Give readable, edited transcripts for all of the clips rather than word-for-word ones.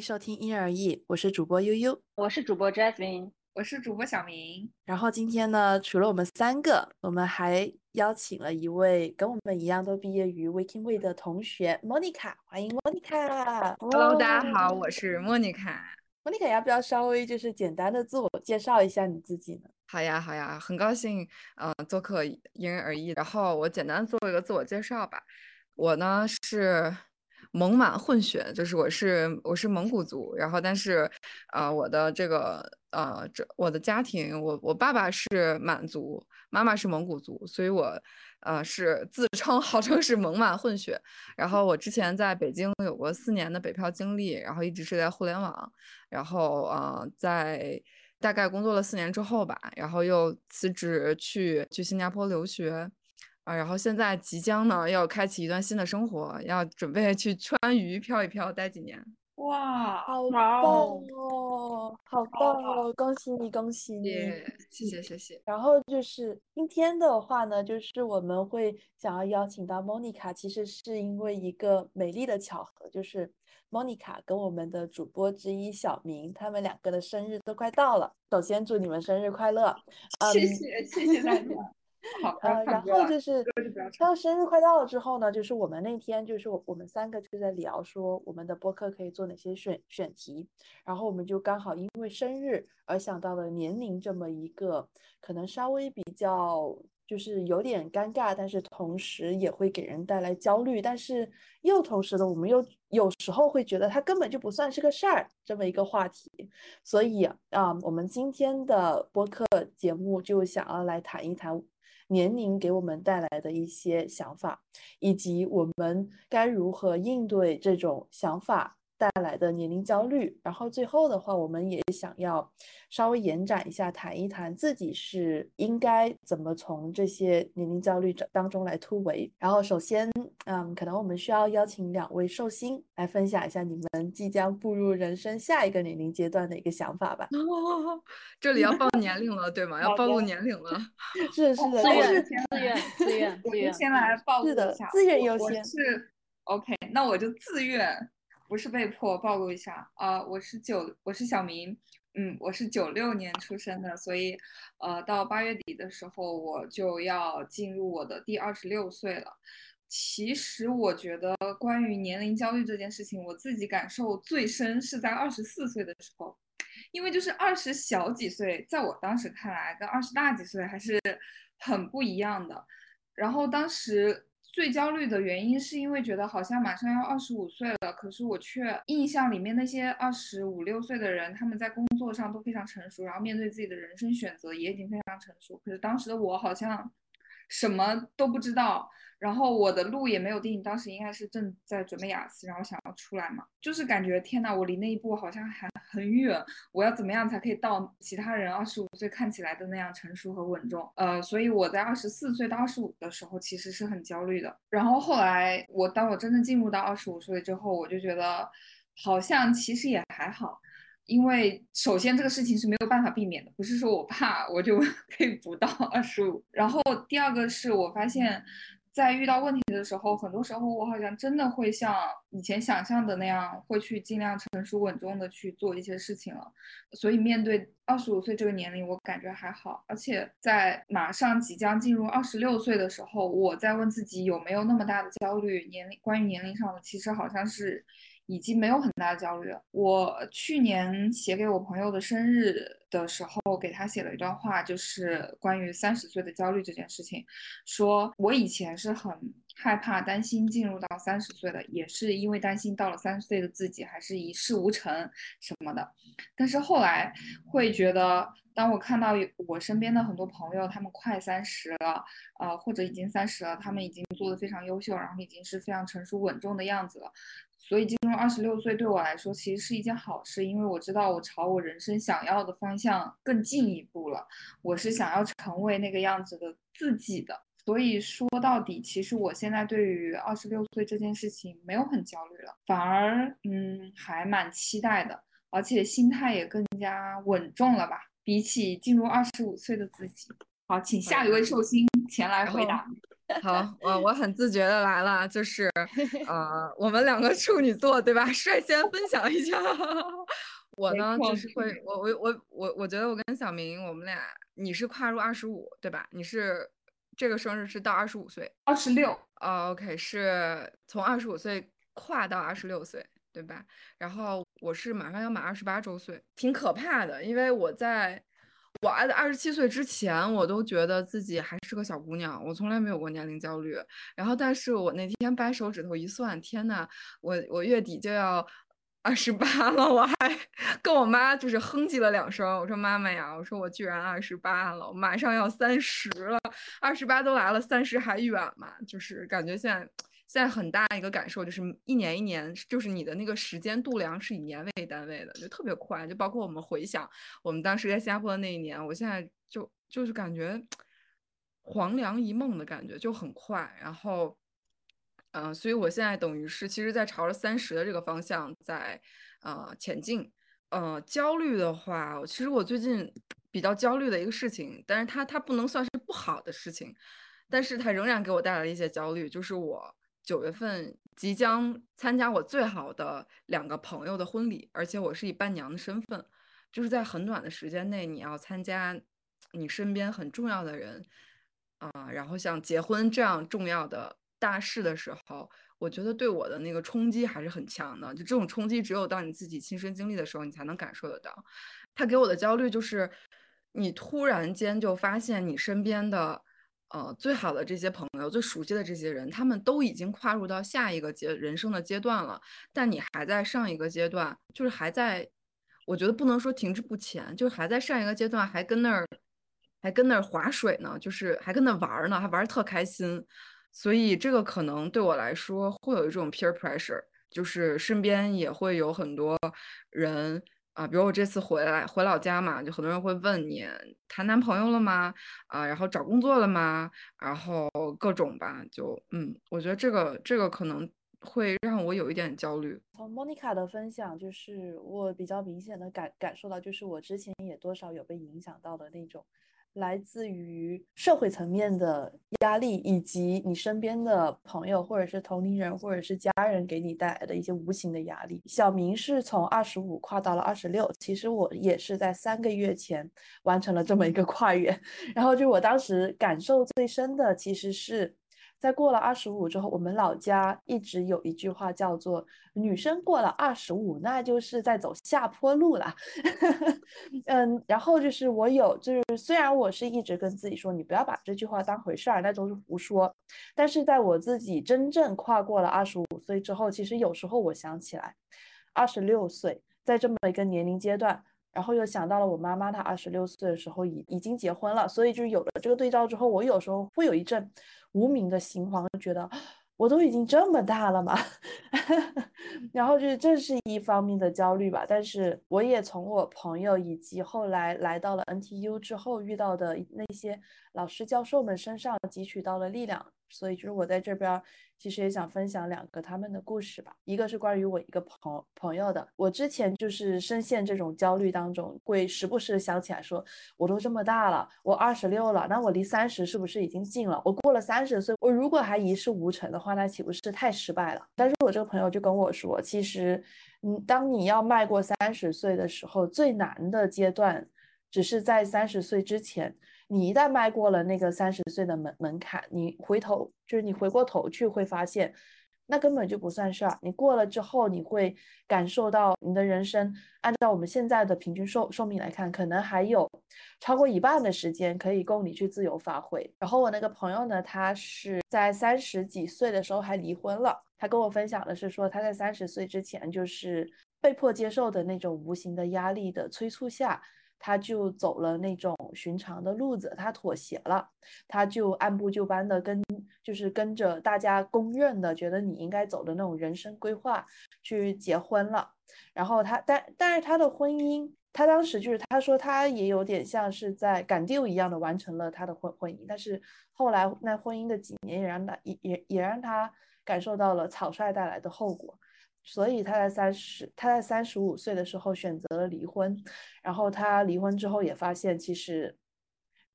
收听因人而异，我是主播悠悠。 我是主播 Jasmine。 我是主播小明。 然后今天呢，除了我们三个，我们还邀请了一位跟我们一样都毕业于 Waking Way 的同学 Monica，欢迎 Monica。 Hello，大家好，我是莫妮卡。 Monica，要不要稍微就是简单的自我介绍一下你自己呢？ 好呀，好呀，很高兴，做客因人而异。然后我简单做一个自我介绍吧。我呢是蒙满混血，就是我是蒙古族。然后但是，我的这个我的家庭，我爸爸是满族，妈妈是蒙古族，所以我是自称号称是蒙满混血。然后我之前在北京有过4年的北漂经历，然后一直是在互联网。然后在大概工作了4年之后吧，然后又辞职去新加坡留学。然后现在即将呢要开启一段新的生活，要准备去川渝飘一飘，待几年。 哇， 好棒哇哦， 哦，好棒哦，恭喜你，恭喜你！ 谢谢。 然后就是今天的话呢，就是我们会想要邀请到 Monica，其实是因为一个美丽的巧合，就是 Monica 跟我们的主播之一小明，他们两个的生日都快到了。首先祝你们生日快乐！ 谢谢大家。好，不要唱然歌了， 后就是歌就不要唱。 他生日快到了之后呢，就是我们那天就是我们三个就在聊说我们的播客可以做哪些选题，然后我们就刚好因为生日而想到了年龄这么一个可能稍微比较就是有点尴尬，但是同时也会给人带来焦虑，但是又同时的我们又有时候会觉得它根本就不算是个事儿这么一个话题，所以我们今天的播客节目就想要来谈一谈年龄给我们带来的一些想法，以及我们该如何应对这种想法带来的年龄焦虑。然后最后的话，我们也想要稍微延展一下，谈一谈自己是应该怎么从这些年龄焦虑当中来突围。然后首先，可能我们需要邀请2位寿星来分享一下你们即将步入人生下一个年龄阶段的一个想法吧。 这里要报年龄了，对吗？要暴露年龄了。 自是的，但是愿，自愿，自愿，自愿。 我就先来暴是的， 露一下， 资源优我先。 是 OK，那我就自愿，不是被迫暴露一下啊、我是小明。我是96年出生的，所以到8月底的时候我就要进入我的第26岁了。其实我觉得关于年龄焦虑这件事情，我自己感受最深是在24岁的时候。因为就是20小几岁，在我当时看来，跟20大几岁还是很不一样的。然后当时最焦虑的原因是因为觉得好像马上要25岁了，可是我却印象里面那些25、26岁的人，他们在工作上都非常成熟，然后面对自己的人生选择也已经非常成熟。可是当时的我好像什么都不知道，然后我的路也没有定，当时应该是正在准备雅思，然后想要出来嘛，就是感觉天呐，我离那一步好像还很远，我要怎么样才可以到其他人25岁看起来的那样成熟和稳重？所以我在24岁到25的时候其实是很焦虑的。然后后来当我真正进入到25岁之后，我就觉得好像其实也还好。因为首先这个事情是没有办法避免的，不是说我怕我就可以不到25。然后第二个是我发现，在遇到问题的时候，很多时候我好像真的会像以前想象的那样，会去尽量成熟稳重的去做一些事情了。所以面对25岁这个年龄，我感觉还好。而且在马上即将进入26岁的时候，我在问自己有没有那么大的焦虑，关于年龄上的，其实好像是已经没有很大的焦虑了。我去年写给我朋友的生日的时候，给他写了一段话，就是关于30岁的焦虑这件事情，说我以前是很害怕、担心进入到30岁的，也是因为担心到了30岁的自己还是一事无成什么的。但是后来会觉得，当我看到我身边的很多朋友，他们快30了，或者已经30了，他们已经做得非常优秀，然后已经是非常成熟稳重的样子了。所以进入26岁对我来说其实是一件好事，因为我知道我朝我人生想要的方向更进一步了，我是想要成为那个样子的自己的。所以说到底，其实我现在对于26岁这件事情没有很焦虑了，反而还蛮期待的，而且心态也更加稳重了吧，比起进入25岁的自己。好，请下一位寿星前来然后回答。 好，我很自觉的来了，就是我们两个处女座，对吧？率先分享一下。我呢，就是会，我觉得我跟小明，我们俩，你是跨入25，对吧？你是这个生日是到25岁 26。 OK，是从25岁跨到26岁，对吧？然后我是马上要满28周岁，挺可怕的，因为我爱的27岁之前，我都觉得自己还是个小姑娘，我从来没有过年龄焦虑。然后，但是我那天掰手指头一算，天呐，我月底就要28了，我还跟我妈就是哼唧了2声，我说妈妈呀，我说我居然28了，我马上要30了，28都来了，30还远嘛？就是感觉现在很大一个感受就是一年一年，就是你的那个时间度量是以年为单位的，就特别快。就包括我们回想我们当时在新加坡的那一年，我现在就是感觉黄粱一梦的感觉，就很快。然后，所以我现在等于是其实在朝着30的这个方向在前进。焦虑的话，其实我最近比较焦虑的一个事情，但是它不能算是不好的事情，但是它仍然给我带来了一些焦虑，就是我9月份即将参加我最好的2个朋友的婚礼，而且我是以伴娘的身份，就是在很短的时间内，你要参加你身边很重要的人然后像结婚这样重要的大事的时候，我觉得对我的那个冲击还是很强的。就这种冲击，只有当你自己亲身经历的时候，你才能感受得到。他给我的焦虑就是，你突然间就发现你身边的最好的这些朋友、最熟悉的这些人，他们都已经跨入到下一个人生的阶段了，但你还在上一个阶段，就是还在，我觉得不能说停滞不前，就是还在上一个阶段，还跟那儿划水呢，就是还跟那玩呢，还玩特开心，所以这个可能对我来说会有一种 peer pressure，就是身边也会有很多人比如我这次回老家嘛，就很多人会问你谈男朋友了吗？然后找工作了吗？然后各种吧，我觉得这个可能会让我有一点焦虑。 从 Monica 的分享，就是我比较明显的感受到，就是我之前也多少有被影响到的那种来自于社会层面的压力，以及你身边的朋友或者是同龄人或者是家人给你带来的一些无形的压力。小明是从25跨到了26，其实我也是在3个月前完成了这么一个跨越。然后就我当时感受最深的其实是在过了25之后，我们老家一直有一句话叫做女生过了25那就是在走下坡路了。然后就是就是虽然我是一直跟自己说你不要把这句话当回事儿，那都是胡说，但是在我自己真正跨过了25岁之后，其实有时候我想起来26岁在这么一个年龄阶段，然后又想到了我妈妈她26岁的时候已经结婚了，所以就是有了这个对照之后，我有时候会有一阵无名的心慌，觉得我都已经这么大了嘛。然后就是这是一方面的焦虑吧，但是我也从我朋友以及后来来到了 NTU 之后遇到的那些老师教授们身上汲取到了力量，所以就是我在这边其实也想分享2个他们的故事吧。一个是关于我一个朋友的，我之前就是深陷这种焦虑当中，会时不时想起来说，我都这么大了，我26了，那我离30是不是已经近了？我过了30岁，我如果还一事无成的话，那岂不是太失败了？但是我这个朋友就跟我说，其实，当你要迈过30岁的时候，最难的阶段只是在30岁之前。你一旦迈过了那个30岁的门槛，你回过头去会发现，那根本就不算事儿。你过了之后，你会感受到你的人生，按照我们现在的平均寿命来看，可能还有超过一半的时间可以供你去自由发挥。然后我那个朋友呢，他是在30几岁的时候还离婚了。他跟我分享的是说，他在30岁之前就是被迫接受的那种无形的压力的催促下。他就走了那种寻常的路子，他妥协了，他就按部就班的就是跟着大家公认的觉得你应该走的那种人生规划去结婚了。然后但是他的婚姻，他当时就是他说他也有点像是在赶 deal 一样的完成了他的婚姻，但是后来那婚姻的几年也让他感受到了草率带来的后果。所以他在35岁的时候选择了离婚，然后他离婚之后也发现，其实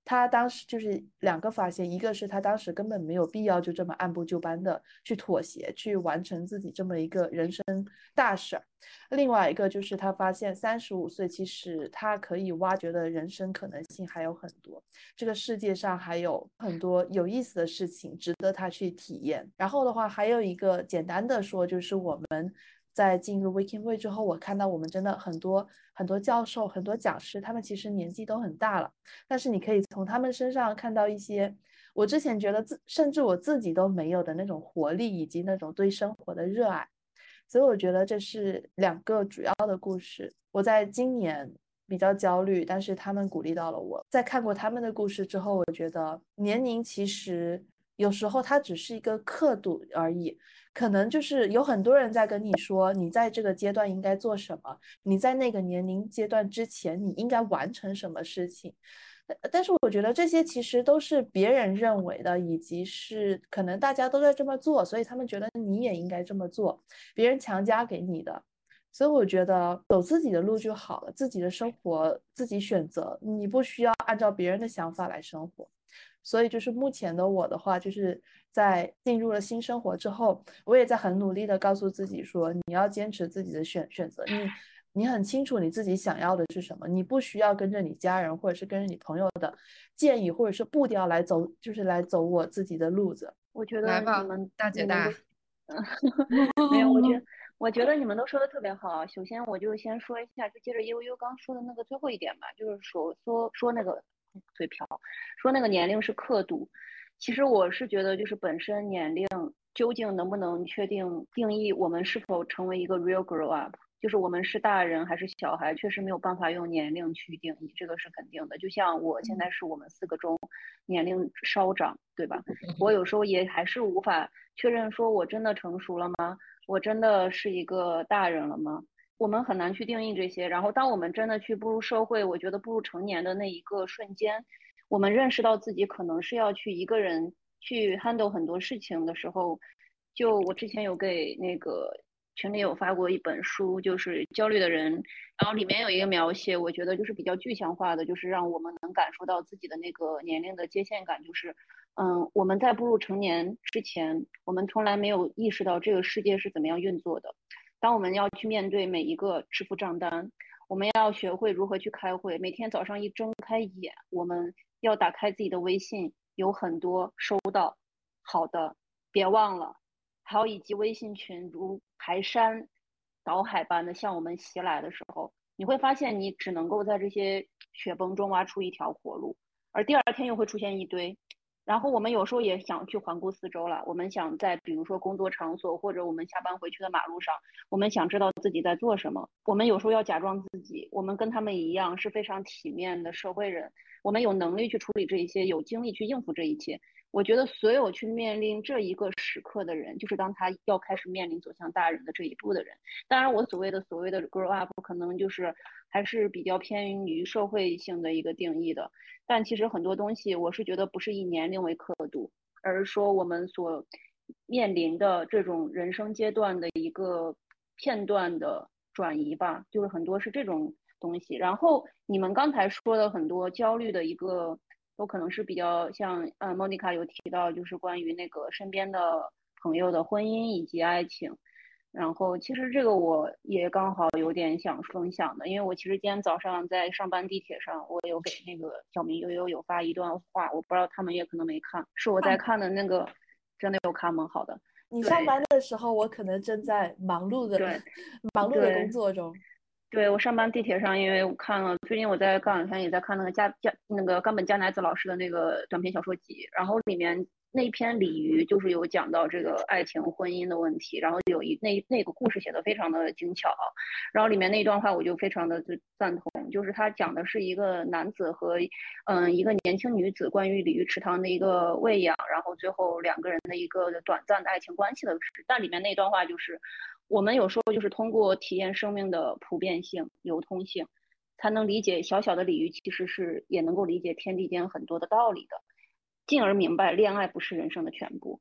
他当时就是两个发现，一个是他当时根本没有必要就这么按部就班的去妥协，去完成自己这么一个人生大事。另外一个就是他发现35岁其实他可以挖掘的人生可能性还有很多，这个世界上还有很多有意思的事情值得他去体验。然后的话还有一个简单的说，就是我们在进入 Weeking 会之后，我看到我们真的很多教授、很多讲师，他们其实年纪都很大了，但是你可以从他们身上看到一些我之前觉得甚至我自己都没有的那种活力，以及那种对生活的热爱。所以我觉得这是两个主要的故事。我在今年比较焦虑，但是他们鼓励到了我。在看过他们的故事之后，我觉得年龄其实有时候它只是一个刻度而已，可能就是有很多人在跟你说，你在这个阶段应该做什么，你在那个年龄阶段之前你应该完成什么事情。但是我觉得这些其实都是别人认为的，以及是可能大家都在这么做，所以他们觉得你也应该这么做，别人强加给你的。所以我觉得走自己的路就好了，自己的生活自己选择，你不需要按照别人的想法来生活。所以就是目前的我的话，就是在进入了新生活之后，我也在很努力的告诉自己说，你要坚持自己的选择，你很清楚你自己想要的是什么，你不需要跟着你家人或者是跟着你朋友的建议或者是步调来走，就是来走我自己的路子。 我觉得来吧， 你们大姐大。 没有，我觉得你们都说的特别好。首先，我就先说一下，就接着悠悠刚说的那个最后一点吧，就是说那个嘴瓢，说那个年龄是刻度。其实我是觉得，就是本身年龄究竟能不能确定定义我们是否成为一个 real grow up，就是我们是大人还是小孩，确实没有办法用年龄去定义，这个是肯定的。就像我现在是我们4个中年龄稍长，对吧？我有时候也还是无法确认说我真的成熟了吗？我真的是一个大人了吗？我们很难去定义这些。然后，当我们真的去步入社会，我觉得步入成年的那一个瞬间，我们认识到自己可能是要去一个人去 handle 很多事情的时候，就我之前有给那个群里有发过一本书，就是焦虑的人，然后里面有一个描写，我觉得就是比较具象化的，就是让我们能感受到自己的那个年龄的界限感，就是我们在步入成年之前，我们从来没有意识到这个世界是怎么样运作的。当我们要去面对每一个支付账单，我们要学会如何去开会。每天早上一睁开眼，我们要打开自己的微信，有很多收到好的，别忘了，还有以及微信群如排山倒海般的向我们袭来的时候，你会发现你只能够在这些雪崩中挖出一条活路，而第二天又会出现一堆。然后我们有时候也想去环顾四周了，我们想在比如说工作场所或者我们下班回去的马路上，我们想知道自己在做什么。我们有时候要假装自己，我们跟他们一样是非常体面的社会人，我们有能力去处理这一些，有精力去应付这一切。我觉得所有去面临这一个时刻的人，就是当他要开始面临走向大人的这一步的人。当然，我所谓的 grow up，可能就是还是比较偏于社会性的一个定义的。但其实很多东西，我是觉得不是以年龄为刻度，而是说我们所面临的这种人生阶段的一个片段的转移吧，就是很多是这种东西。然后你们刚才说的很多焦虑的一个，都可能是比较像莫妮卡有提到，就是关于那个身边的朋友的婚姻以及爱情。然后其实这个我也刚好有点想分享的，因为我其实今天早上在上班地铁上，我有给那个小明悠悠有发一段话，我不知道他们也可能没看，是我在看的那个，真的有看吗？好的， 你上班的时候，我可能正在忙碌的对忙碌的工对作中。 对，我上班地铁上，因为我看了，最近我在这两天也在看那个那个冈本加奈子老师的那个短篇小说集，然后里面那一篇鲤鱼就是有讲到这个爱情婚姻的问题，然后有那个故事写的非常的精巧，然后里面那一段话我就非常的赞同，就是他讲的是一个男子和一个年轻女子关于鲤鱼池塘的一个喂养，然后最后两个人的一个短暂的爱情关系的事，但里面那段话就是。我们有时候就是通过体验生命的普遍性、流通性，才能理解小小的鲤鱼其实是也能够理解天地间很多的道理的，进而明白恋爱不是人生的全部。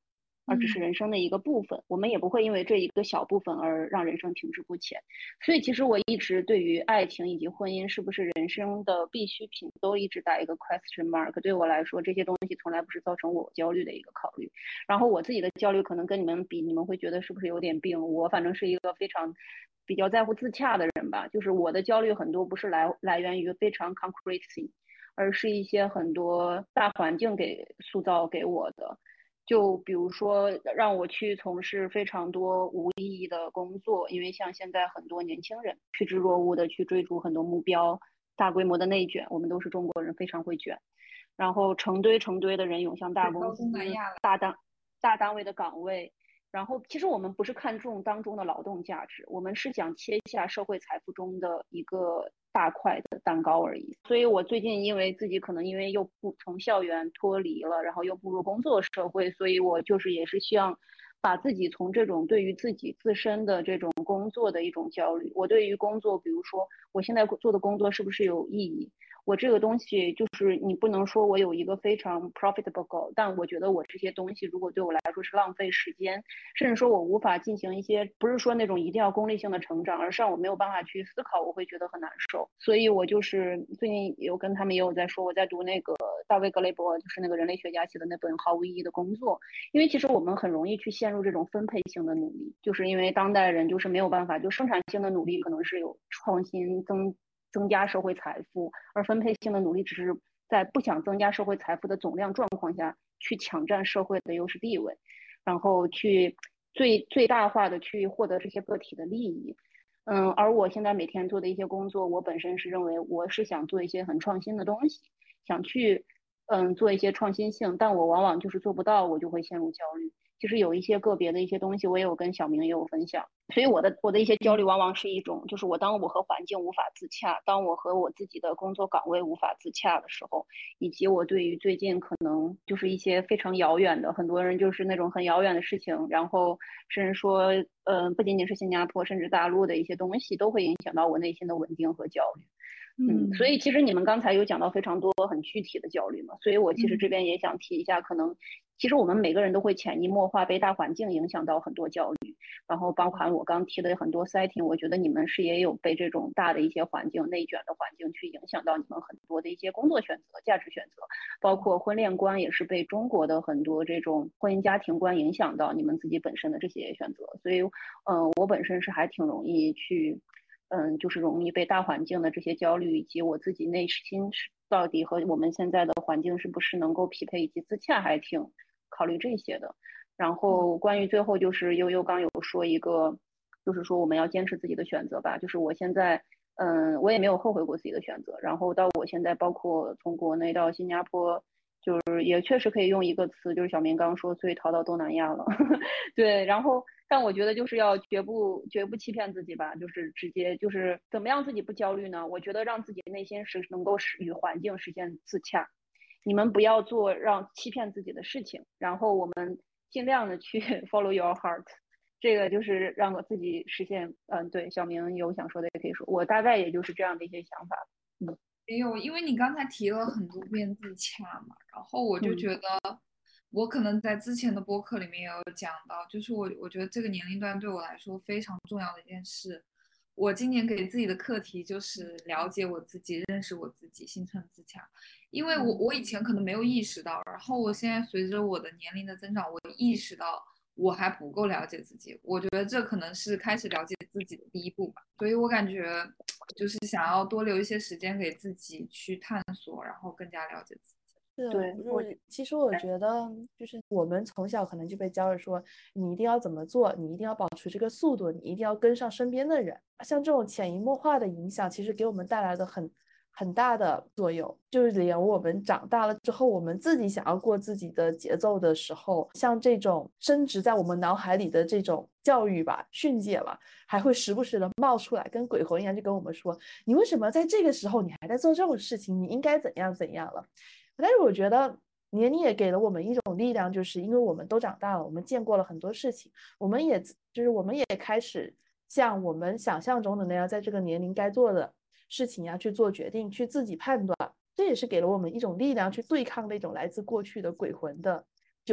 而只是人生的一个部分，我们也不会因为这一个小部分而让人生停滞不前。所以其实我一直对于爱情以及婚姻是不是人生的必需品都一直打一个 question mark。对我来说，这些东西从来不是造成我焦虑的一个考虑。然后我自己的焦虑可能跟你们比，你们会觉得是不是有点病？我反正是一个非常比较在乎自洽的人吧，就是我的焦虑很多不是来源于非常 concrete thing， 而是一些很多大环境给塑造给我的。就比如说让我去从事非常多无意义的工作，因为像现在很多年轻人趋之若鹜的去追逐很多目标，大规模的内卷，我们都是中国人，非常会卷，然后成堆成堆的人涌向大公司、大单位的岗位。然后其实我们不是看重当中的劳动价值，我们是想切下社会财富中的一个大块的蛋糕而已。所以我最近因为自己可能因为又不从校园脱离了，然后又步入工作社会，所以我就是也是希望把自己从这种对于自己自身的这种工作的一种焦虑，我对于工作，比如说我现在做的工作是不是有意义，我这个东西就是你不能说我有一个非常 profitable goal， 但我觉得我这些东西如果对我来说是浪费时间，甚至说我无法进行一些不是说那种一定要功利性的成长，而是让我没有办法去思考，我会觉得很难受。所以我就是最近有跟他们也有在说，我在读那个大卫格雷伯，就是那个人类学家写的那本毫无意义的工作。因为其实我们很容易去陷入这种分配性的努力，就是因为当代人就是没有办法，就生产性的努力可能是有创新增加社会财富，而分配性的努力只是在不想增加社会财富的总量状况下去抢占社会的优势地位，然后去最大化的去获得这些个体的利益。而我现在每天做的一些工作，我本身是认为我是想做一些很创新的东西，想去做一些创新性，但我往往就是做不到，我就会陷入焦虑。其实有一些个别的一些东西，我也有跟小明也有分享，所以我的一些焦虑往往是一种，就是当我和环境无法自洽，当我和我自己的工作岗位无法自洽的时候，以及我对于最近可能就是一些非常遥远的，很多人就是那种很遥远的事情，然后甚至说，不仅仅是新加坡，甚至大陆的一些东西，都会影响到我内心的稳定和焦虑。所以其实你们刚才有讲到非常多很具体的焦虑嘛，所以我其实这边也想提一下，可能其实我们每个人都会潜移默化被大环境影响到很多焦虑，然后包含我刚提的很多 setting， 我觉得你们是也有被这种大的一些环境内卷的环境去影响到你们很多的一些工作选择、价值选择，包括婚恋观也是被中国的很多这种婚姻家庭观影响到你们自己本身的这些选择，所以我本身是还挺容易去。就是容易被大环境的这些焦虑，以及我自己内心是到底和我们现在的环境是不是能够匹配以及自洽，还挺考虑这些的。然后关于最后就是悠悠刚有说一个，就是说我们要坚持自己的选择吧。就是我现在，我也没有后悔过自己的选择。然后到我现在，包括从国内到新加坡，就是也确实可以用一个词，就是小明刚说，所以逃到东南亚了。对，然后但我觉得就是要绝不欺骗自己吧，就是直接就是怎么样自己不焦虑呢？我觉得让自己内心是能够与环境实现自洽，你们不要做让欺骗自己的事情，然后我们尽量的去 follow your heart， 这个就是让我自己实现。对，小明有想说的也可以说，我大概也就是这样的一些想法。 没有，因为你刚才提了很多遍自洽嘛，然后我就觉得，我可能在之前的播客里面也有讲到，就是我觉得这个年龄段对我来说非常重要的一件事，我今年给自己的课题就是了解我自己，认识我自己，形成自洽。因为我以前可能没有意识到，然后我现在随着我的年龄的增长，我意识到我还不够了解自己，我觉得这可能是开始了解自己的第一步吧。所以我感觉就是想要多留一些时间给自己去探索，然后更加了解自己。 是， 对， 其实我觉得，就是我们从小可能就被教育说，你一定要怎么做，你一定要保持这个速度，你一定要跟上身边的人。像这种潜移默化的影响，其实给我们带来的很大的作用。就是连我们长大了之后，我们自己想要过自己的节奏的时候，像这种深植在我们脑海里的这种教育吧、训诫吧，还会时不时的冒出来，跟鬼魂一样，就跟我们说，你为什么在这个时候你还在做这种事情？你应该怎样怎样了。但是我觉得年龄也给了我们一种力量，就是因为我们都长大了，我们见过了很多事情，我们也开始像我们想象中的那样，在这个年龄该做的事情呀去做决定，去自己判断。这也是给了我们一种力量去对抗那种来自过去的鬼魂的纠缠。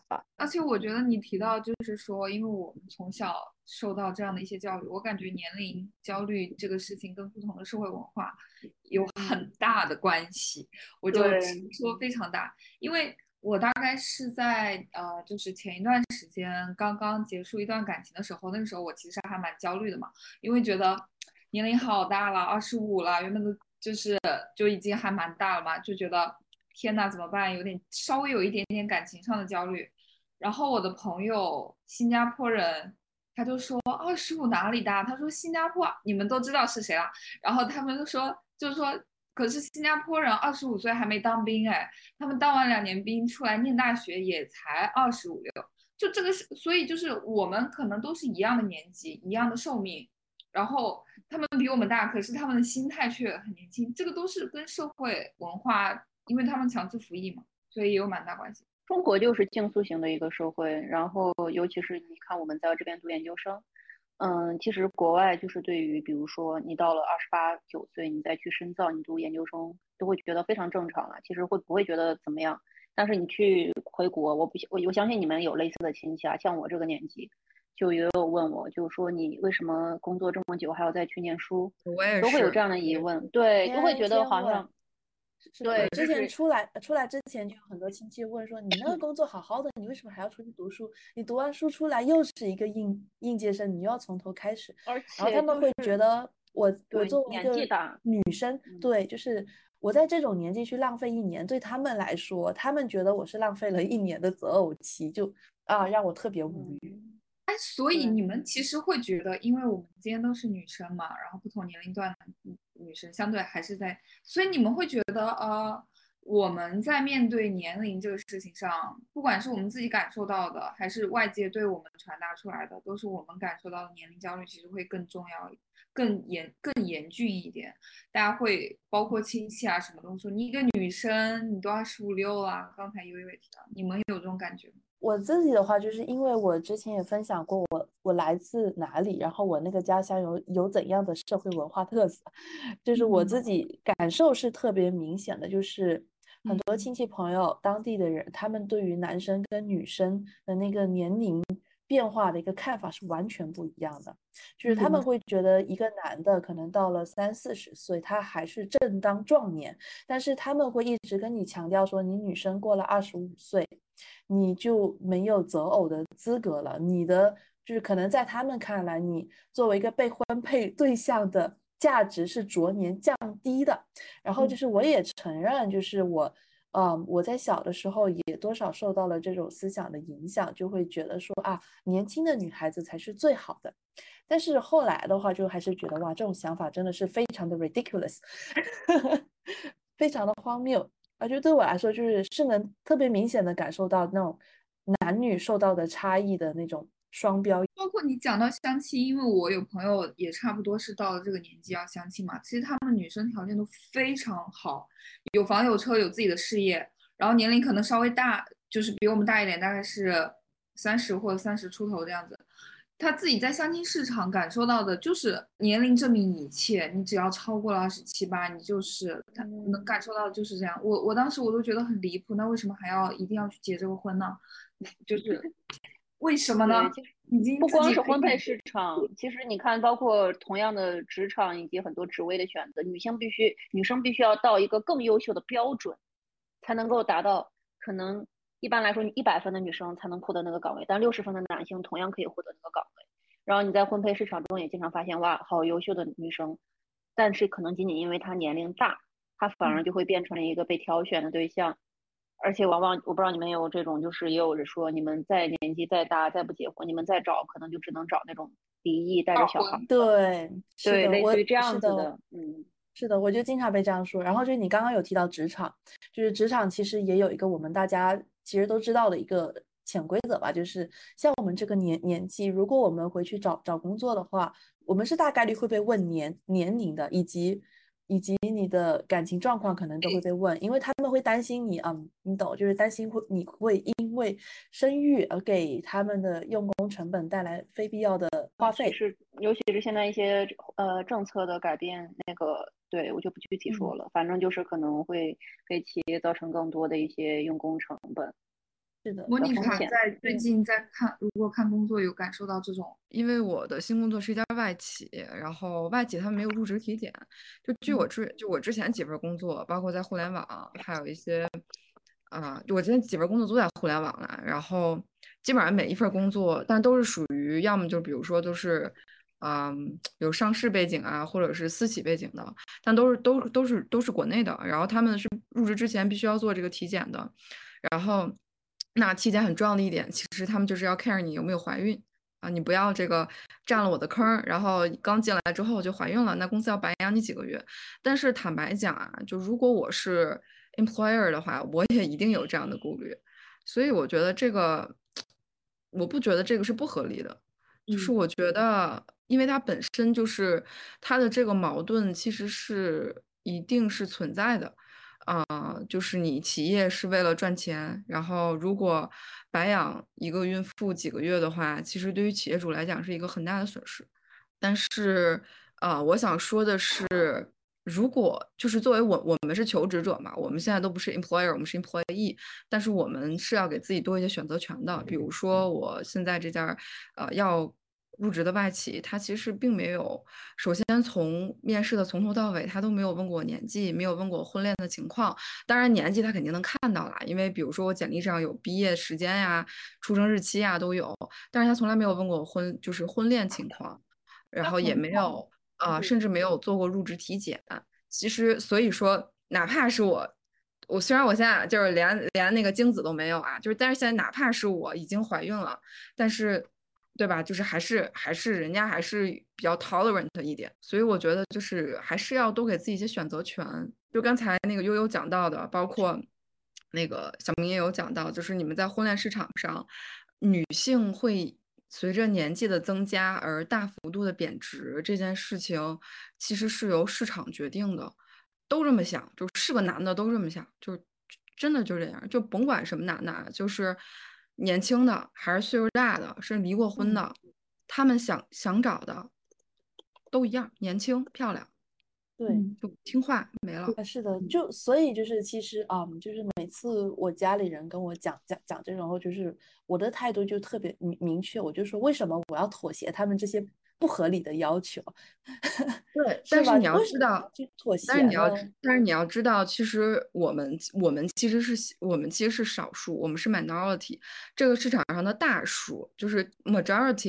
法。 而且我觉得你提到就是说，因为我们从小受到这样的一些教育，我感觉年龄焦虑这个事情跟不同的社会文化有很大的关系，我就对， 说非常大，因为我大概是在就是前一段时间刚刚结束一段感情的时候，那个时候我其实还蛮焦虑的嘛，因为觉得年龄好大了，25了，原本的就已经还蛮大了嘛，就觉得天呐怎么办？稍微有一点点感情上的焦虑。然后我的朋友新加坡人，他就说25哪里大？他说新加坡你们都知道是谁了。然后他们就说，就是说，可是新加坡人25岁还没当兵哎，他们当完2年兵出来念大学也才25、6，就这个是，所以就是我们可能都是一样的年纪，一样的寿命，然后他们比我们大，可是他们的心态却很年轻，这个都是跟社会文化，因为他们强制服役嘛，所以也有蛮大关系。 中国就是竞速型的一个社会，然后尤其是你看我们在这边读研究生，其实国外就是对于比如说你到了28、9岁，你再去深造，你读研究生都会觉得非常正常了，其实不会觉得怎么样。但是你去回国，我相信你们有类似的亲戚啊，像我这个年纪，就也有问我，就说你为什么工作这么久还要再去念书， 我也是， 都会有这样的疑问，对，都会天觉得天问。 好像是的，我对， 之前出来之前就有很多亲戚问说，你那个工作好好的，你为什么还要出去读书？你读完书出来又是一个应届生，你又要从头开始。 而然后他且就们会觉是得我对作为一个年纪大， 女生，对，就是我在这种年纪去浪费1年，对他们来说，他们觉得我是浪费了1年的择偶期，就让我特别无语。 嗯， 哎，所以对。 你们其实会觉得，因为我们今天都是女生嘛，然后不同年龄段的女生相对还是在，所以你们会觉得，我们在面对年龄这个事情上，不管是我们自己感受到的，还是外界对我们传达出来的，都是我们感受到的年龄焦虑，其实会更重要、更严峻一点。大家会包括亲戚啊，什么都说你一个女生，你都25、6了。刚才悠悠也提到，你们有这种感觉吗？ 我自己的话，就是因为我之前也分享过我来自哪里，然后我那个家乡有怎样的社会文化特色，就是我自己感受是特别明显的，就是很多亲戚朋友、当地的人，他们对于男生跟女生的那个年龄变化的一个看法是完全不一样的，就是他们会觉得一个男的可能到了30、40岁，他还是正当壮年，但是他们会一直跟你强调说，你女生过了25岁。你就没有择偶的资格了。你的就是可能在他们看来，你作为一个被婚配对象的价值是逐年降低的。然后就是我也承认，就是我在小的时候也多少受到了这种思想的影响，就会觉得说年轻的女孩子才是最好的。但是后来的话，就还是觉得哇，这种想法真的是非常的 ridiculous，非常的荒谬。就对我来说，是能特别明显的感受到那种男女受到的差异的那种双标。 包括你讲到相亲，因为我有朋友也差不多是到了这个年纪要相亲嘛，其实他们女生条件都非常好，有房有车有自己的事业，然后年龄可能稍微大，就是比我们大一点，大概是30或者30出头这样子。他自己在相亲市场感受到的就是年龄证明一切，你只要超过了27、8，你就是他能感受到的就是这样。我当时我都觉得很离谱，那为什么还要一定要去结这个婚呢？就是为什么呢？ 对，其实已经不自己可以光是婚配市场，其实你看，包括同样的职场以及很多职位的选择，女生必须要到一个更优秀的标准，才能够达到可能一般来说100分的女生才能获得那个岗位，但60分的男性同样可以获得那个岗位。然后你在婚配市场中也经常发现，哇，好优秀的女生，但是可能仅仅因为她年龄大，她反而就会变成了一个被挑选的对象。而且往往我不知道你们有这种，就是也有人说，你们再年纪再大再不结婚，你们再找可能就只能找那种离异带着小孩的， 对，是对， 的， 类似于这是的， 样子的， 是的，我就经常被这样说。然后就是你刚刚有提到职场，就是职场其实也有一个我们大家其实都知道的一个潜规则吧，就是像我们这个年纪，如果我们回去找工作的话，我们是大概率会被问年龄的，以及你的感情状况可能都会被问，因为他们会担心你，你懂，就是担心你会因为生育而给他们的用工成本带来非必要的花费。 尤其是现在一些政策的改变，那个对我就不具体说了，反正就是可能会给企业造成更多的一些用工成本。 是的， 莫妮卡风险在最近在看，如果看工作有感受到这种， 因为我的新工作是一家外企，然后外企他们没有入职体检。就我之前几份工作，包括在互联网，还有一些就我之前几份工作都在互联网了，然后基本上每一份工作，但都是属于要么就比如说都是有上市背景啊，或者是私企背景的，但都是国内的，然后他们是入职之前必须要做这个体检的。然后，那体检很重要的一点，其实他们就是要 care 你有没有怀孕啊，你不要这个占了我的坑儿，然后刚进来之后就怀孕了，那公司要白养你几个月。但是坦白讲啊，就如果我是 employer 的话，我也一定有这样的顾虑，所以我觉得这个，我不觉得这个是不合理的，就是我觉得，因为它本身就是它的这个矛盾，其实是一定是存在的。就是你企业是为了赚钱，然后如果白养一个孕妇几个月的话，其实对于企业主来讲是一个很大的损失。但是，我想说的是，如果就是作为我们是求职者嘛，我们现在都不是 employer，我们是 employee，但是我们是要给自己多一些选择权的。比如说，我现在这家要入职的外企，他其实并没有，首先从面试的从头到尾，他都没有问过我年纪，没有问过我婚恋的情况。当然，年纪他肯定能看到啦，因为比如说我简历上有毕业时间呀、出生日期呀都有，但是他从来没有问过我就是婚恋情况，然后也没有甚至没有做过入职体检。其实，所以说，哪怕是我虽然我现在就是连那个精子都没有啊，就是但是现在哪怕是我已经怀孕了，但是对吧？就是还是人家还是比较 tolerant 一点，所以我觉得就是还是要多给自己一些选择权。就刚才那个悠悠讲到的，包括那个小明也有讲到，就是你们在婚恋市场上，女性会随着年纪的增加而大幅度的贬值，这件事情其实是由市场决定的，都这么想，就是个男的都这么想，就是真的就这样，就甭管什么男的，就是年轻的还是岁数大的，甚至离过婚的，他们想找的都一样，年轻漂亮， 对。 就听话没了。 是的，就所以就是其实就是每次我家里人跟我讲这种，然后就是我的态度就特别明确，我就说为什么我要妥协他们这些不合理的要求， 对， 是吧？ 但是你你为什么要知道， 要去妥但是你要， 协呢？ 但是你要知道，其实我们其实是少数，我们是 minority，这个市场上的大数就是 majority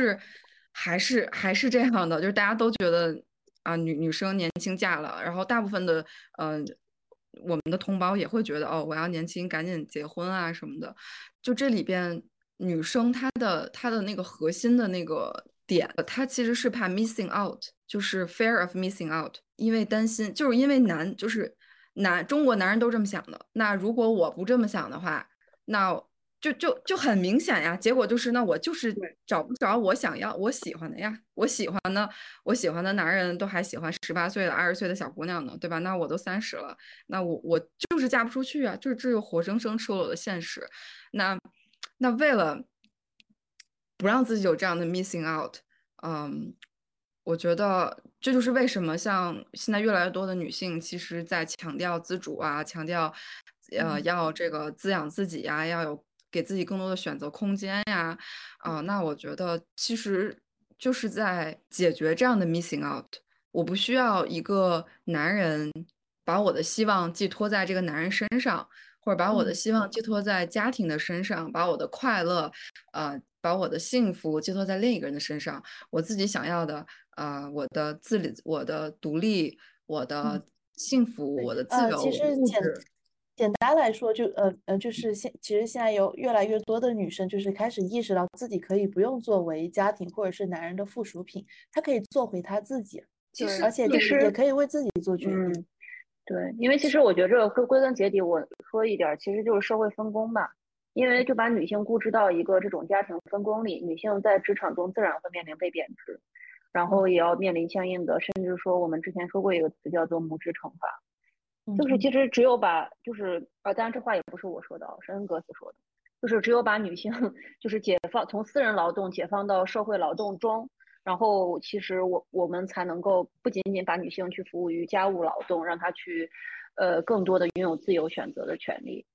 还是这样的，就是大家都觉得女生年轻嫁了，然后大部分的我们的同胞也会觉得哦，我要年轻赶紧结婚啊什么的，就这里边女生她的那个核心的那个点，她其实是怕 missing out，就是 fear of missing out，因为担心，就是因为就是中国男人都这么想的。那如果我不这么想的话，那就很明显呀。结果就是，那我就是找不着我想要、我喜欢的呀。我喜欢的男人都还喜欢18岁的、20岁的小姑娘呢，对吧？那我都30了，那我就是嫁不出去啊，就是这就活生生赤裸裸的现实。那为了不让自己有这样的 missing out，我觉得这就是为什么像现在越来越多的女性，其实在强调自主啊，强调要这个滋养自己呀，要有给自己更多的选择空间呀，那我觉得其实就是在解决这样的 missing out。我不需要一个男人把我的希望寄托在这个男人身上，或者把我的希望寄托在家庭的身上，把我的快乐，把我的幸福寄托在另一个人的身上。我自己想要的，我的自理，我的独立，我的幸福，我的自由， 其我的实简物质。 简单来说就是其实现在有越来越多的女生就是开始意识到自己可以不用作为家庭或者是男人的附属品，她可以做回她自己， 对， 而且就是也可以为自己做决定。 对，因为其实我觉得这个归根结底，我说一点，其实就是社会分工吧。因为就把女性固执到一个这种家庭分工里，女性在职场中自然会面临被贬值，然后也要面临相应的，甚至说我们之前说过一个词叫做母职惩罚，就是其实只有把就是当然这话也不是我说的，是恩格斯说的，就是只有把女性就是解放从私人劳动解放到社会劳动中。然后其实我们才能够不仅仅把女性去服务于家务劳动，让她去更多的拥有自由选择的权利。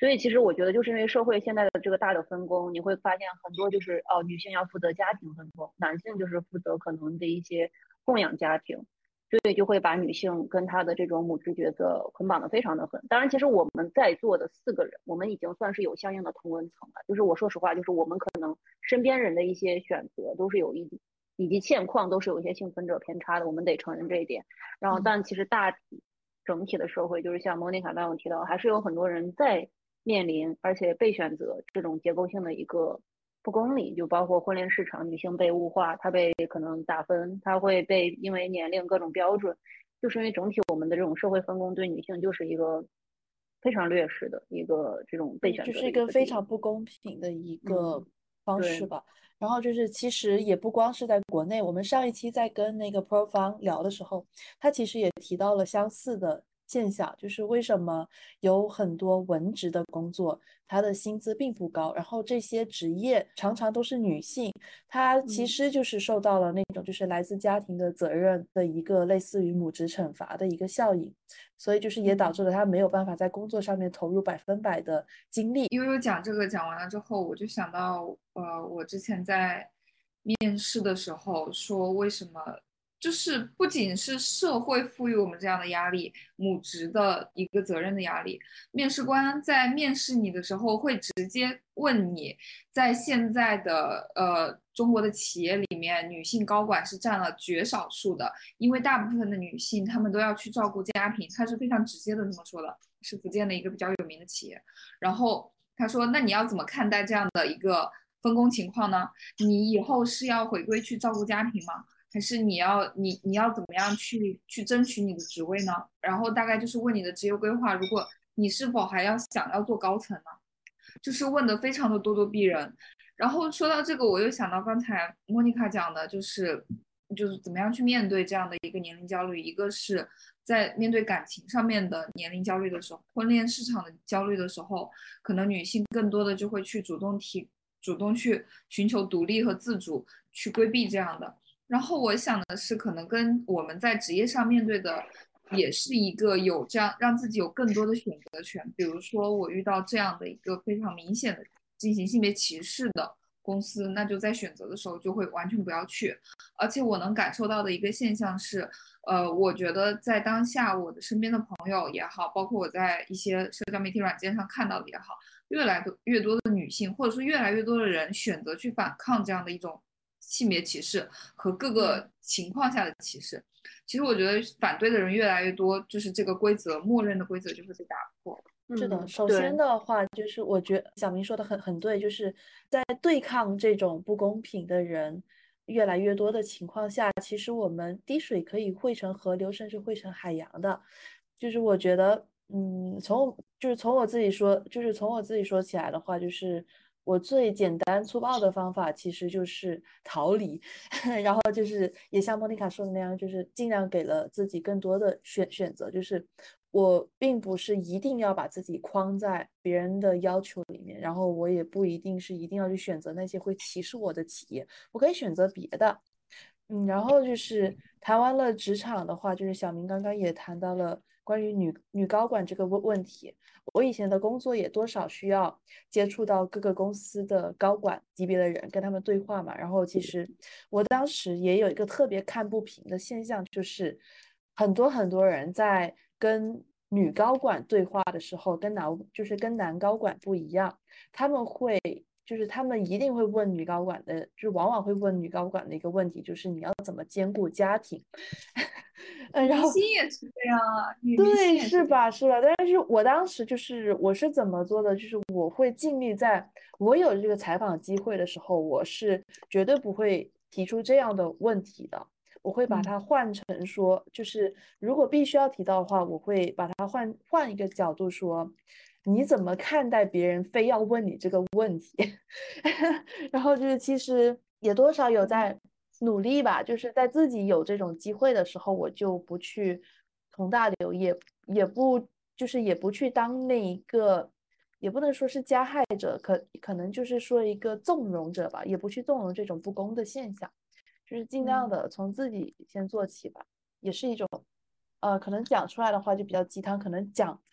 所以其实我觉得，就是因为社会现在的这个大的分工，你会发现很多就是女性要负责家庭分工，男性就是负责可能的一些供养家庭，所以就会把女性跟她的这种母职角色捆绑的非常的狠。当然，其实我们在座的4个人，我们已经算是有相应的同温层了。就是我说实话，就是我们可能身边人的一些选择都是有以及现况都是有一些幸存者偏差的，我们得承认这一点。然后，但其实整体的社会，就是像莫妮卡刚刚提到，还是有很多人在面临而且被选择这种结构性的一个不公理，就包括婚恋市场，女性被物化，她被可能打分，她会被因为年龄各种标准，就是因为整体我们的这种社会分工对女性就是一个非常劣势的一个这种被选择的就是一个非常不公平的一个方式吧。然后就是其实也不光是在国内，我们上一期在跟那个 Pro 方聊的时候，他其实也提到了相似的现象，就是为什么有很多文职的工作，他的薪资并不高，然后这些职业常常都是女性，她其实就是受到了那种就是来自家庭的责任的一个类似于母职惩罚的一个效应，所以就是也导致了她没有办法在工作上面投入100%的精力。 悠悠讲这个讲完了之后，我就想到，我之前在面试的时候说，为什么就是不仅是社会赋予我们这样的压力，母职的一个责任的压力，面试官在面试你的时候会直接问你，在现在的中国的企业里面，女性高管是占了绝少数的，因为大部分的女性她们都要去照顾家庭，她是非常直接的这么说的，是福建的一个比较有名的企业。然后他说：“那你要怎么看待这样的一个分工情况呢？你以后是要回归去照顾家庭吗？还是你要怎么样去争取你的职位呢？然后大概就是问你的职业规划，如果你是否还想要做高层呢？就是问的非常的咄咄逼人。然后说到这个，我又想到刚才莫妮卡讲的，就是怎么样去面对这样的一个年龄焦虑，一个是在面对感情上面的年龄焦虑的时候，婚恋市场的焦虑的时候，可能女性更多的就会去主动去寻求独立和自主，去规避这样的。然后我想的是，可能跟我们在职业上面对的，也是一个有这样让自己有更多的选择权。比如说，我遇到这样的一个非常明显的进行性别歧视的公司，那就在选择的时候就会完全不要去。而且我能感受到的一个现象是，我觉得在当下我的身边的朋友也好，包括我在一些社交媒体软件上看到的也好，越多的女性，或者说越来越多的人选择去反抗这样的一种性别歧视和各个情况下的歧视。其实我觉得反对的人越来越多，就是这个规则，默认的规则就会被打破。 是的，首先的话，就是我觉得小明说的很对，就是在对抗这种不公平的人越来越多的情况下，其实我们滴水可以汇成河流，甚至汇成海洋的。就是我觉得，从我自己说，就是从我自己说起来的话，就是我最简单粗暴的方法其实就是逃离，然后就是也像莫妮卡说的那样，就是尽量给了自己更多的选择，就是我并不是一定要把自己框在别人的要求里面，然后我也不一定是一定要去选择那些会歧视我的企业，我可以选择别的。然后就是谈完了职场的话，就是小明刚刚也谈到了关于女高管这个问题。我以前的工作也多少需要接触到各个公司的高管级别的人，跟他们对话嘛。然后其实我当时也有一个特别看不平的现象，就是很多人在跟女高管对话的时候，跟男高管不一样，他们会。就是他们一定会问女高管的，就是往往会问女高管的一个问题，就是你要怎么兼顾家庭？ 女然后明星也是这样啊，女明星对， 也是这样。 是吧？是吧？但是我当时就是我是怎么做的？就是我会尽力在我有这个采访机会的时候，我是绝对不会提出这样的问题的。我会把它换成说，就是如果必须要提到的话，我会把它换一个角度说，你怎么看待别人非要问你这个问题？然后就是其实也多少有在努力吧，就是在自己有这种机会的时候，我就不去同大流，也不去当那一个，也不能说是加害者，可能就是说一个纵容者吧，也不去纵容这种不公的现象，就是尽量的从自己先做起吧，也是一种，可能讲出来的话就比较鸡汤，可能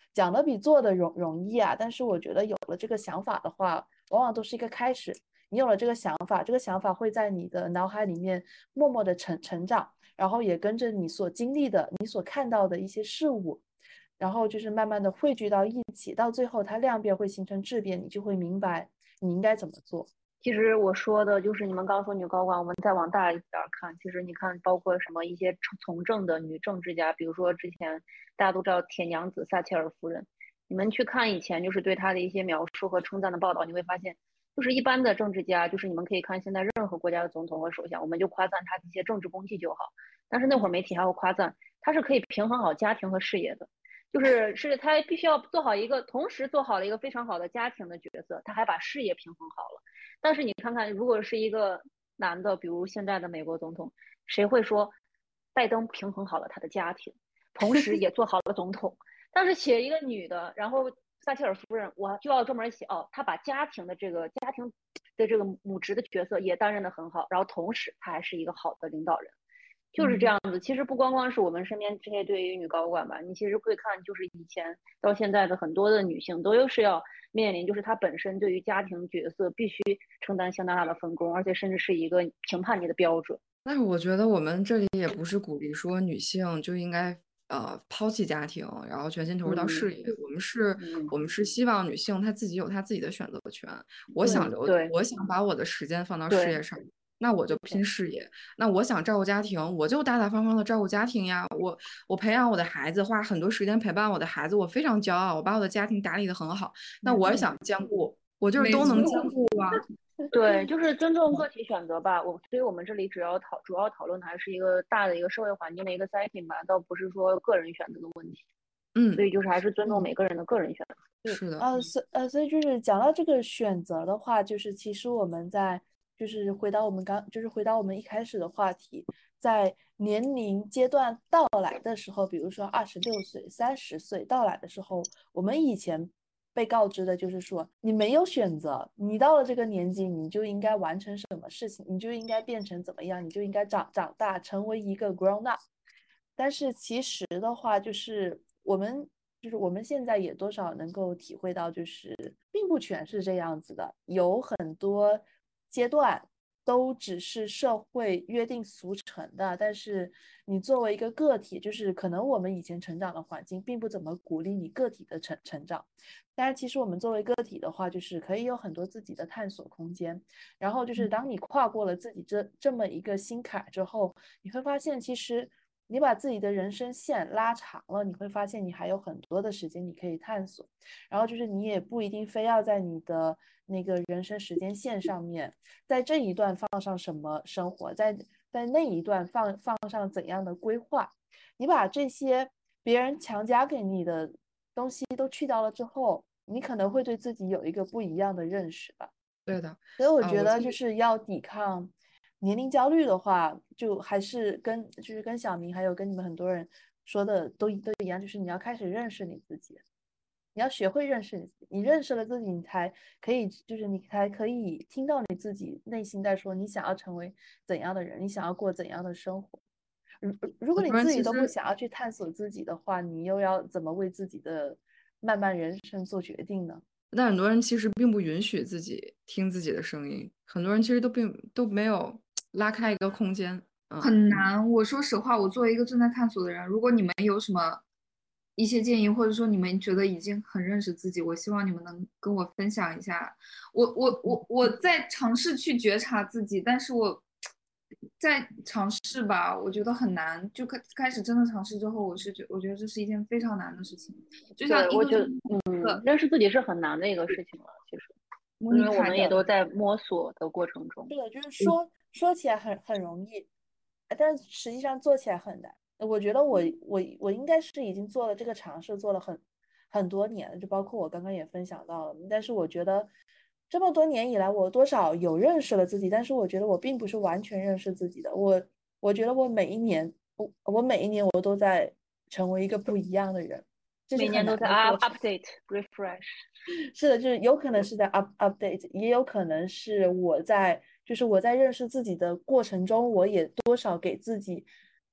讲的比做的容易啊。但是我觉得有了这个想法的话，往往都是一个开始。你有了这个想法，这个想法会在你的脑海里面默默的成长，然后也跟着你所经历的、你所看到的一些事物，然后就是慢慢的汇聚到一起，到最后它量变会形成质变，你就会明白你应该怎么做。 其实我说的就是你们刚说女高管，我们再往大一点看，其实你看，包括什么一些从政的女政治家，比如说之前大家都知道铁娘子撒切尔夫人，你们去看以前就是对她的一些描述和称赞的报道，你会发现，就是一般的政治家，就是你们可以看现在任何国家的总统和首相，我们就夸赞他的一些政治功绩就好，但是那会儿媒体还会夸赞他是可以平衡好家庭和事业的。是他必须要做好一个，同时做好了一个非常好的家庭的角色，他还把事业平衡好了。但是你看看，如果是一个男的，比如现在的美国总统，谁会说拜登平衡好了他的家庭，同时也做好了总统？但是写一个女的，然后撒切尔夫人，我就要专门写哦，她把家庭的这个母职的角色也担任得很好，然后同时她还是一个好的领导人。就是这样子。其实不光光是我们身边这些对于女高管吧，你其实会看，就是以前到现在的很多的女性都是要面临，就是她本身对于家庭角色必须承担相当大的分工，而且甚至是一个评判你的标准。 但是我觉得我们这里也不是鼓励说女性就应该抛弃家庭，然后全心投入到事业。我们是希望女性她自己有她自己的选择权。我想把我的时间放到事业上，那我就拼事业。那我想照顾家庭，我就大大方方的照顾家庭呀。我培养我的孩子，花很多时间陪伴我的孩子，我非常骄傲，我把我的家庭打理得很好。那我也想兼顾，我就是都能兼顾啊。 对，就是尊重个体选择吧。所以我们这里主要讨论的还是一个大的一个社会环境的一个 setting 吧，倒不是说个人选择的问题。所以就是还是尊重每个人的个人选择。 是的。 所以就是讲到这个选择的话，就是其实我们就是回到我们一开始的话题，在年龄阶段到来的时候，比如说26岁、30岁到来的时候，我们以前被告知的就是说，你没有选择，你到了这个年纪，你就应该完成什么事情，你就应该变成怎么样，你就应该长大，成为一个 grown up。但是其实的话，就是我们现在也多少能够体会到，就是并不全是这样子的，有很多阶段都只是社会约定俗成的。但是你作为一个个体，就是可能我们以前成长的环境并不怎么鼓励你个体的成长，但是其实我们作为个体的话，就是可以有很多自己的探索空间。然后就是当你跨过了自己这么一个心坎之后，你会发现其实你把自己的人生线拉长了，你会发现你还有很多的时间你可以探索。然后就是你也不一定非要在你的那个人生时间线上面，在这一段放上什么生活，在那一段放上怎样的规划。你把这些别人强加给你的东西都去掉了之后，你可能会对自己有一个不一样的认识吧。 对的。 所以我觉得就是要抵抗年龄焦虑的话，就还是跟小明还有跟你们很多人说的都一样，就是你要开始认识你自己，你要学会认识你自己。你认识了自己，你才可以听到你自己内心在说你想要成为怎样的人，你想要过怎样的生活。如果你自己都不想要去探索自己的话，你又要怎么为自己的漫漫人生做决定呢？ 但很多人其实并不允许自己听自己的声音，很多人其实都没有拉开一个空间。 很难。我说实话，我作为一个正在探索的人，如果你们有什么一些建议，或者说你们觉得已经很认识自己，我希望你们能跟我分享一下。我在尝试去觉察自己，但是我在尝试吧，我觉得很难。就开始真的尝试之后，我觉得这是一件非常难的事情。就像我觉得认识自己是很难的一个事情了，其实，因为我们也都在摸索的过程中。 是的，就是说起来很容易，但实际上做起来很难。我觉得我应该是已经做了这个尝试，做了很多年了，就包括我刚刚也分享到了。但是我觉得这么多年以来，我多少有认识了自己，但是我觉得我并不是完全认识自己的。我觉得我每一年我都在成为一个不一样的人， 每年都在 update refresh。 是的，就是有可能是在 update，也有可能是我在认识自己的过程中，我也多少给自己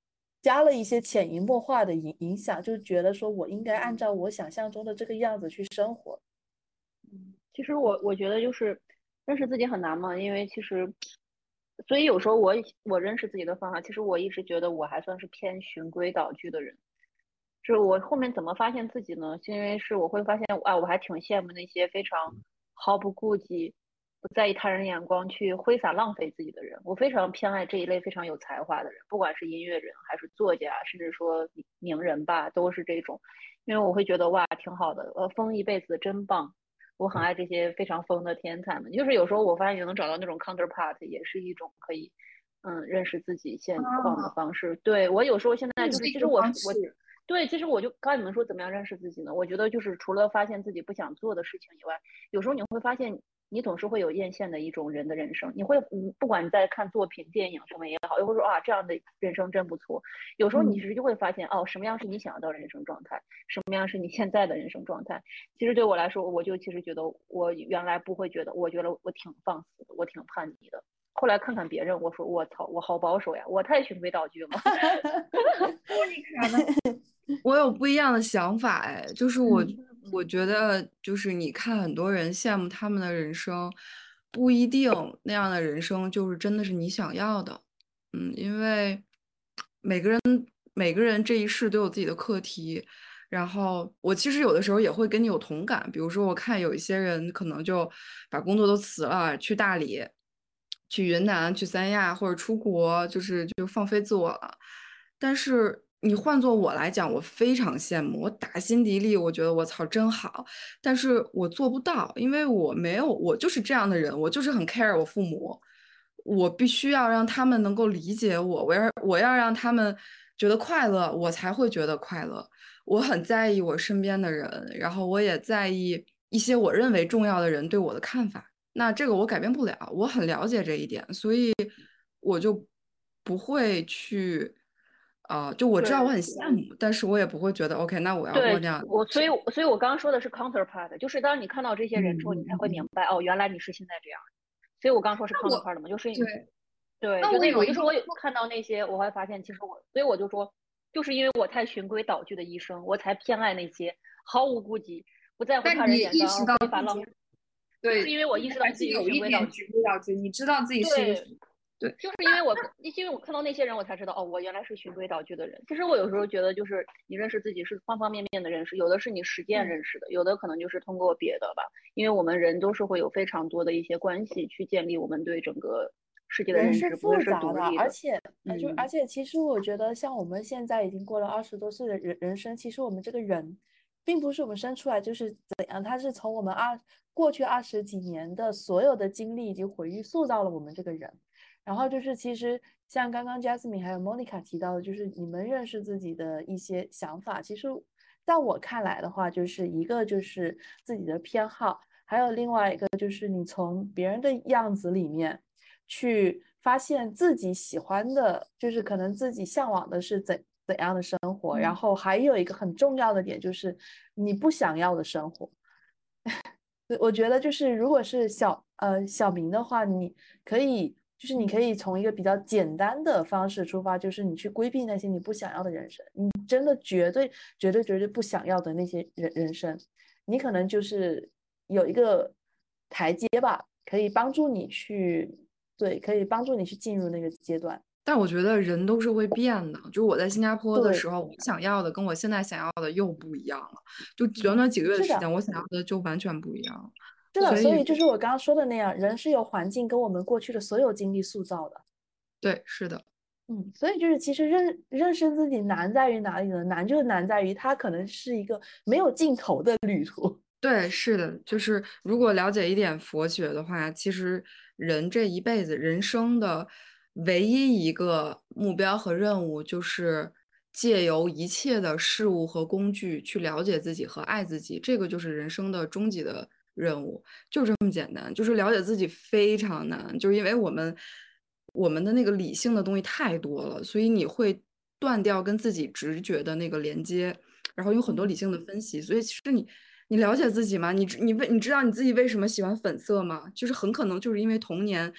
加了一些潜移默化的影响，就觉得说我应该按照我想象中的这个样子去生活。 其实我觉得就是认识自己很难嘛，因为其实，所以有时候我认识自己的方法，其实我一直觉得我还算是偏循规蹈矩的人。是我后面怎么发现自己呢？是因为是我会发现啊，我还挺羡慕那些非常毫不顾忌、不在意他人眼光去挥洒浪费自己的人。我非常偏爱这一类非常有才华的人，不管是音乐人还是作家，甚至说名人吧，都是这种。因为我会觉得哇，挺好的，疯一辈子真棒。我很爱这些非常疯的天才们。就是有时候我发现也能找到那种 counterpart，也是一种可以认识自己现况的方式。对，我有时候现在就是，其实我对，其实我就刚才你们说怎么样认识自己呢？我觉得就是除了发现自己不想做的事情以外，有时候你会发现你总是会有艳羡的一种人的人生。你会，不管你在看作品、电影什么也好，又会说啊这样的人生真不错。有时候你其实就会发现，哦，什么样是你想要的人生状态，什么样是你现在的人生状态。其实对我来说，我就其实觉得我原来不会觉得，我觉得我挺放肆的，我挺叛逆的。后来看看别人，我说我操，我好保守呀，我太循规蹈矩了。 莫妮卡呢？ 我有不一样的想法，哎，就是我觉得，就是你看很多人羡慕他们的人生，不一定那样的人生就是真的是你想要的，因为每个人这一世都有自己的课题，然后我其实有的时候也会跟你有同感，比如说我看有一些人可能就把工作都辞了，去大理、去云南、去三亚或者出国，就放飞自我了。但是你换做我来讲，我非常羡慕，我打心底里我觉得我操真好，但是我做不到，因为我没有，我就是这样的人，我就是很 care 我父母，我必须要让他们能够理解我，我要让他们觉得快乐，我才会觉得快乐。我很在意我身边的人，然后我也在意一些我认为重要的人对我的看法。那这个我改变不了，我很了解这一点，所以我就不会去，就我知道我很羡慕，但是我也不会觉得 OK，那我要过对这样。 所以我刚刚说的是 counterpart，就是当你看到这些人之后，你才会明白哦，原来你是现在这样。所以我刚刚说是 counterpart 嘛，就是对， 对， 那就那种， 我有一个就是我看到那些，我会发现其实我，所以我就说，就是因为我太循规蹈矩的一生，我才偏爱那些毫无顾忌、不在乎但你他人眼光而意识到挥洒浪费。 自己对， 就是因为我意识到还是自己是有一点循规蹈矩。 循规蹈矩，你知道自己是一个对， 对， 就是因为我看到那些人，我才知道哦，我原来是循规蹈矩的人。其实我有时候觉得，就是你认识自己是方方面面的认识，有的是你实践认识的，有的可能就是通过别的吧。因为我们人都是会有非常多的一些关系去建立我们对整个世界的人是认知，不会是复杂的， 独立的。 而且，而且，其实我觉得，像我们现在已经过了20多岁的人生，其实我们这个人，并不是我们生出来就是怎样，他是从我们过去20几年的所有的经历以及回忆塑造了我们这个人。然后就是，其实像刚刚 Jasmine 还有 Monica 提到的，就是你们认识自己的一些想法。其实，在我看来的话，就是一个就是自己的偏好，还有另外一个就是你从别人的样子里面去发现自己喜欢的，就是可能自己向往的是怎样的生活。然后还有一个很重要的点就是你不想要的生活。我觉得就是如果是小明的话，你可以从一个比较简单的方式出发，就是你去规避那些你不想要的人生，你真的绝对绝对绝对不想要的那些人生，你可能就是有一个台阶吧，可以帮助你去，对，可以帮助你去进入那个阶段。 但我觉得人都是会变的，就是我在新加坡的对， 时候，我想要的跟我现在想要的又不一样了，就短短几个月的是的， 时间，我想要的就完全不一样了。 是的， 所以， 所以就是我刚刚说的那样，人是由环境跟我们过去的所有经历塑造的。 对，是的。 所以就是其实认识自己难在于哪里呢？难就难在于它可能是一个没有尽头的旅途。 对，是的，就是如果了解一点佛学的话，其实人这一辈子人生的唯一一个目标和任务，就是借由一切的事物和工具去了解自己和爱自己，这个就是人生的终极的任务，就这么简单。就是了解自己非常难，就是因为我们的那个理性的东西太多了，所以你会断掉跟自己直觉的那个连接，然后有很多理性的分析，所以其实你了解自己吗？你知道你自己为什么喜欢粉色吗？就是很可能就是因为童年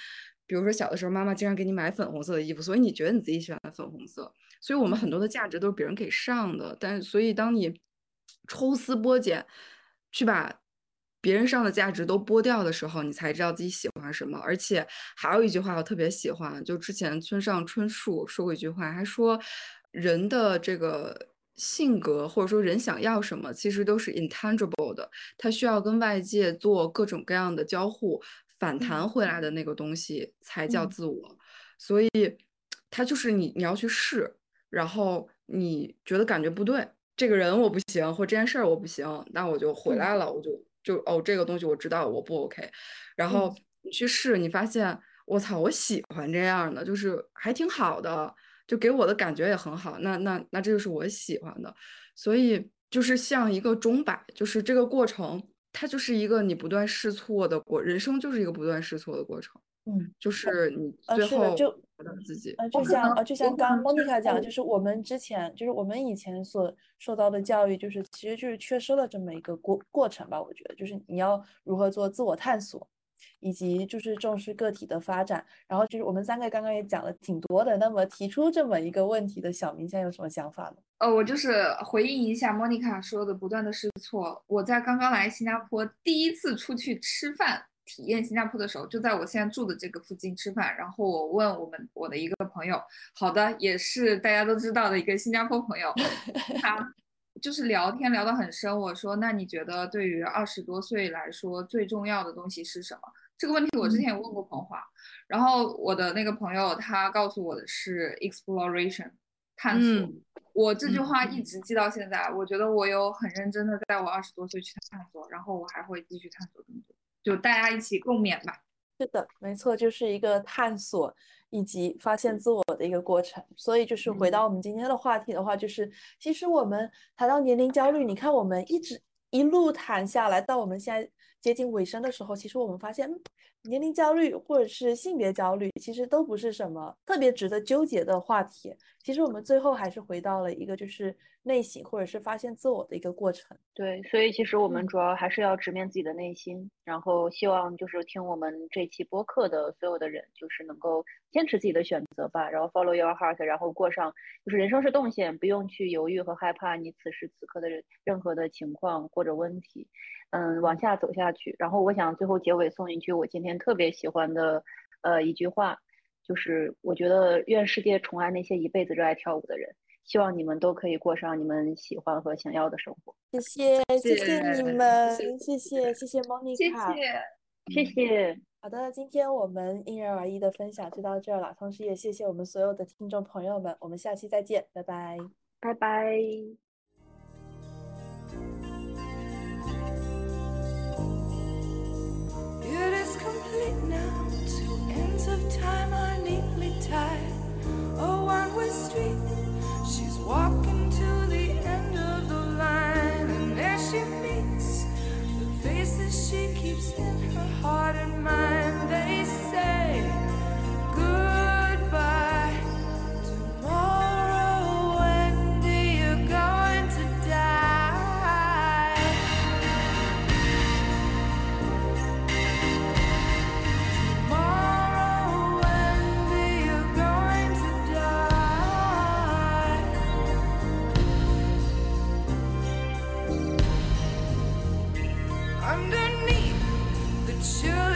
比如说小的时候妈妈经常给你买粉红色的衣服，所以你觉得你自己喜欢粉红色，所以我们很多的价值都是别人给上的。但所以当你抽丝剥茧去把别人上的价值都剥掉的时候，你才知道自己喜欢什么。而且还有一句话我特别喜欢，就之前村上春树说过一句话，还说人的这个性格或者说人想要什么，其实都是 intangible 的，它需要跟外界做各种各样的交互，反弹回来的那个东西才叫自我。所以它就是你要去试，然后你觉得感觉不对，这个人我不行，或这件事儿我不行，那我就回来了，我就这个东西我知道我不 OK，然后你去试，你发现我操，我喜欢这样的，就是还挺好的，就给我的感觉也很好，那这就是我喜欢的，所以就是像一个钟摆，就是这个过程，它就是一个你不断试错的人生就是一个不断试错的过程，就是你最是的， 后找到自己。 就像刚 Monica 讲，就是我们之前，就是我们以前所受到的教育，就是其实就是缺失了这么一个过程吧。我觉得，就是你要如何做自我探索，以及就是重视个体的发展。然后就是我们三个刚刚也讲了挺多的，那么提出这么一个问题的小明现在有什么想法呢？ 我就是回应一下莫妮卡说的不断的试错。我在刚刚来新加坡第一次出去吃饭，体验新加坡的时候，就在我现在住的这个附近吃饭。然后我问我的一个朋友，好的，也是大家都知道的一个新加坡朋友，他就是聊天聊得很深。我说，那你觉得对于20多岁来说最重要的东西是什么？这个问题我之前有问过彭华，然后我的那个朋友他告诉我的是 exploration 探索。我这句话一直记到现在，我觉得我有很认真的在我20多岁去探索，然后我还会继续探索更多，就大家一起共勉吧。 是的，没错，就是一个探索以及发现自我的一个过程。所以就是回到我们今天的话题的话，就是其实我们谈到年龄焦虑，你看我们一路谈下来，到我们现在接近尾声的时候，其实我们发现，年龄焦虑或者是性别焦虑，其实都不是什么特别值得纠结的话题。其实我们最后还是回到了一个就是内省或者是发现自我的一个过程。 对，所以其实我们主要还是要直面自己的内心，然后希望就是听我们这期播客的所有的人，就是能够坚持自己的选择吧，然后 follow your heart，然后过上就是人生是动线，不用去犹豫和害怕你此时此刻的任何的情况或者问题，往下走下去。然后我想最后结尾送一句我今天特别喜欢的一句话，就是我觉得愿世界宠爱那些一辈子热爱跳舞的人。希望你们都可以过上你们喜欢和想要的生活。 谢谢你们，谢谢谢 Monica， 谢谢。 好的，今天我们因人而异的分享就到这儿了，同时也谢谢我们所有的听众朋友们，我们下期再见，拜拜， 拜拜。 It is complete now, two ends of time are neatly tied, a one-way street, she's walking to the end of the line, and there she meets the faces she keeps in her heart and mind. They say goodbye tomorrow, when do you going to die? Tomorrow, when do you going to die? Underneath the chill